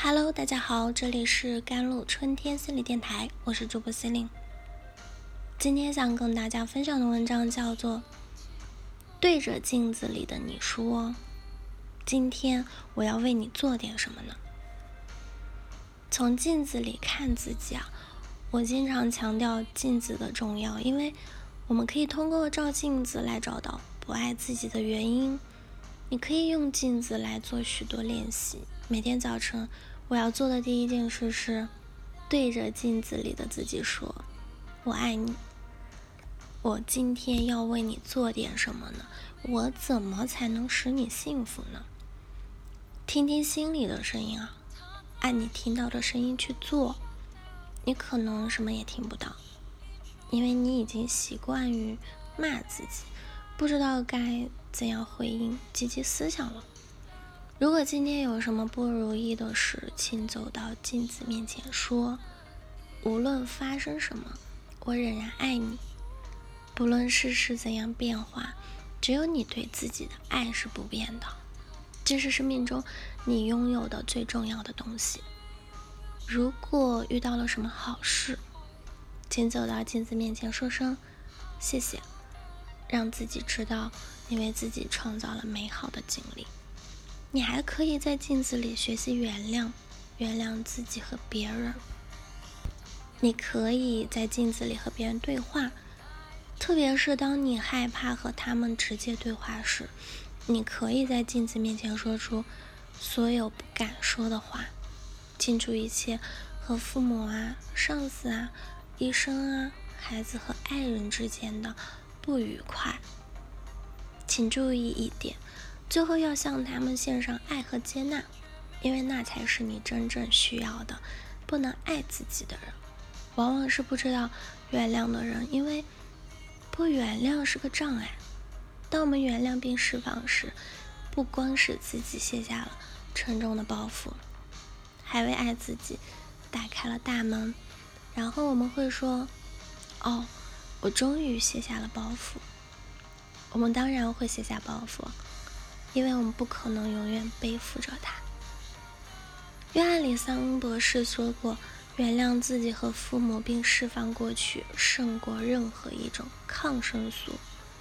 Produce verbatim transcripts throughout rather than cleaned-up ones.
Hello，大家好，这里是甘露春天心理电台，我是主播 Celine。今天想跟大家分享的文章叫做《对着镜子里的你说，今天我要为你做点什么呢？》从镜子里看自己啊，我经常强调镜子的重要，因为我们可以通过照镜子来找到不爱自己的原因。你可以用镜子来做许多练习。每天早晨我要做的第一件事是对着镜子里的自己说，我爱你。我今天要为你做点什么呢？我怎么才能使你幸福呢？听听心里的声音啊，按你听到的声音去做。你可能什么也听不到，因为你已经习惯于骂自己，不知道该怎样回应积极思想了。如果今天有什么不如意的事，请走到镜子面前说，无论发生什么，我仍然爱你。不论世事怎样变化，只有你对自己的爱是不变的，这是生命中你拥有的最重要的东西。如果遇到了什么好事，请走到镜子面前说声谢谢，让自己知道你为自己创造了美好的经历。你还可以在镜子里学习原谅，原谅自己和别人。你可以在镜子里和别人对话，特别是当你害怕和他们直接对话时，你可以在镜子面前说出所有不敢说的话，清除一切和父母啊、上司啊、医生啊、孩子和爱人之间的不愉快。请注意一点，最后要向他们献上爱和接纳，因为那才是你真正需要的。不能爱自己的人，往往是不知道原谅的人，因为不原谅是个障碍。当我们原谅并释放时，不光使自己卸下了沉重的包袱，还为爱自己打开了大门。然后我们会说，哦，我终于卸下了包袱。我们当然会卸下包袱，因为我们不可能永远背负着它。约翰里桑博士说过，原谅自己和父母并释放过去，胜过任何一种抗生素。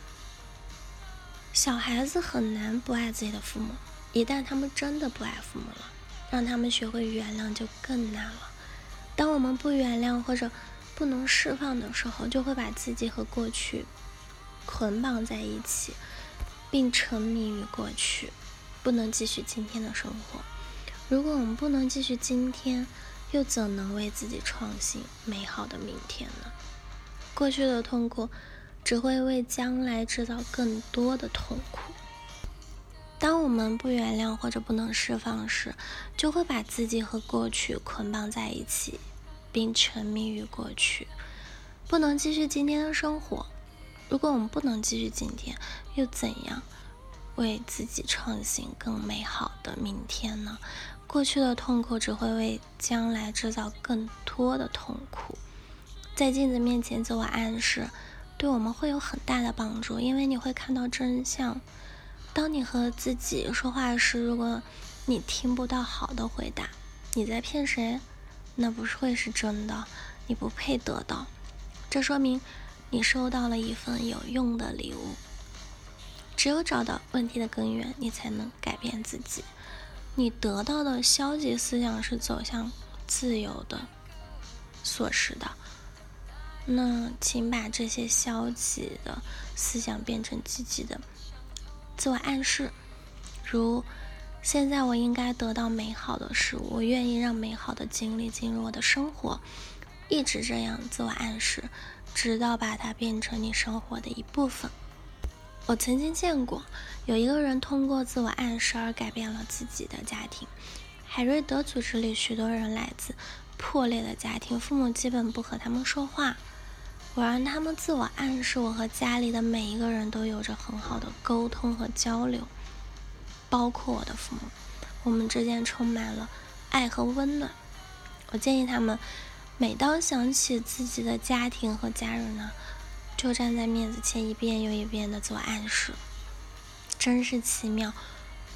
小孩子很难不爱自己的父母，一旦他们真的不爱父母了，让他们学会原谅就更难了。当我们不原谅或者不能释放的时候，就会把自己和过去捆绑在一起，并沉迷于过去，不能继续今天的生活。如果我们不能继续今天，又怎能为自己创新美好的明天呢？过去的痛苦只会为将来制造更多的痛苦。当我们不原谅或者不能释放时，就会把自己和过去捆绑在一起，并沉迷于过去，不能继续今天的生活。如果我们不能继续今天，又怎样为自己创新更美好的明天呢？过去的痛苦只会为将来制造更多的痛苦。在镜子面前自我暗示，对我们会有很大的帮助，因为你会看到真相。当你和自己说话时，如果你听不到好的回答，你在骗谁？那不会是真的，你不配得到。这说明你收到了一份有用的礼物。只有找到问题的根源，你才能改变自己。你得到的消极思想是走向自由的所使的，那请把这些消极的思想变成积极的自我暗示，如现在我应该得到美好的事物，我愿意让美好的经历进入我的生活，一直这样自我暗示，直到把它变成你生活的一部分。我曾经见过有一个人通过自我暗示而改变了自己的家庭。海瑞德组织里许多人来自破裂的家庭，父母基本不和他们说话。我让他们自我暗示，我和家里的每一个人都有着很好的沟通和交流，包括我的父母，我们之间充满了爱和温暖。我建议他们每当想起自己的家庭和家人呢，就站在面子前一遍又一遍的自我暗示。真是奇妙，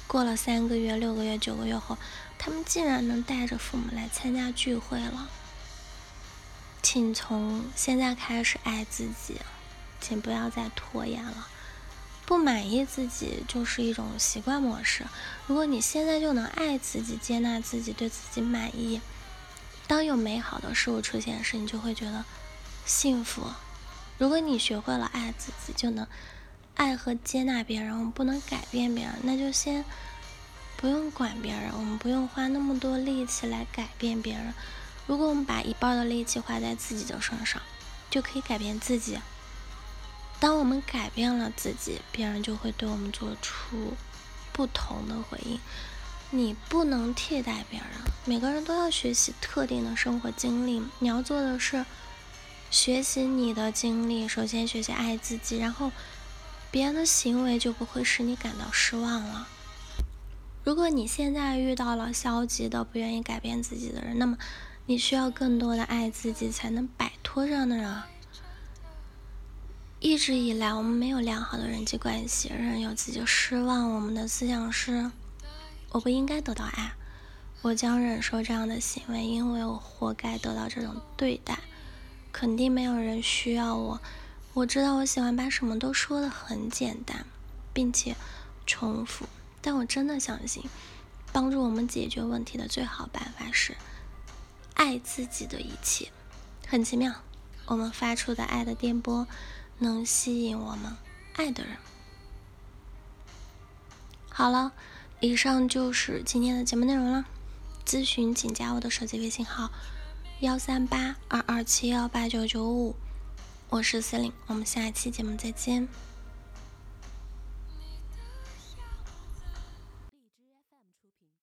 过了三个月、六个月、九个月后，他们竟然能带着父母来参加聚会了。请从现在开始爱自己，请不要再拖延了。不满意自己就是一种习惯模式。如果你现在就能爱自己、接纳自己、对自己满意，当有美好的事物出现时，你就会觉得幸福。如果你学会了爱自己，就能爱和接纳别人。我们不能改变别人，那就先不用管别人，我们不用花那么多力气来改变别人。如果我们把一半的力气花在自己的身上，就可以改变自己。当我们改变了自己，别人就会对我们做出不同的回应。你不能替代别人，每个人都要学习特定的生活经历。你要做的是学习你的经历，首先学习爱自己，然后别人的行为就不会使你感到失望了。如果你现在遇到了消极的不愿意改变自己的人，那么你需要更多的爱自己，才能摆脱这样的人啊。一直以来我们没有良好的人际关系，人有自己的失望。我们的思想是我不应该得到爱，我将忍受这样的行为，因为我活该得到这种对待。肯定没有人需要我。我知道我喜欢把什么都说得很简单并且重复，但我真的相信帮助我们解决问题的最好办法是爱自己的一切。很奇妙，我们发出的爱的电波能吸引我们爱的人。好了，以上就是今天的节目内容了。咨询请加我的手机微信号幺三八二二七幺八九九五，我是司令，我们下一期节目再见。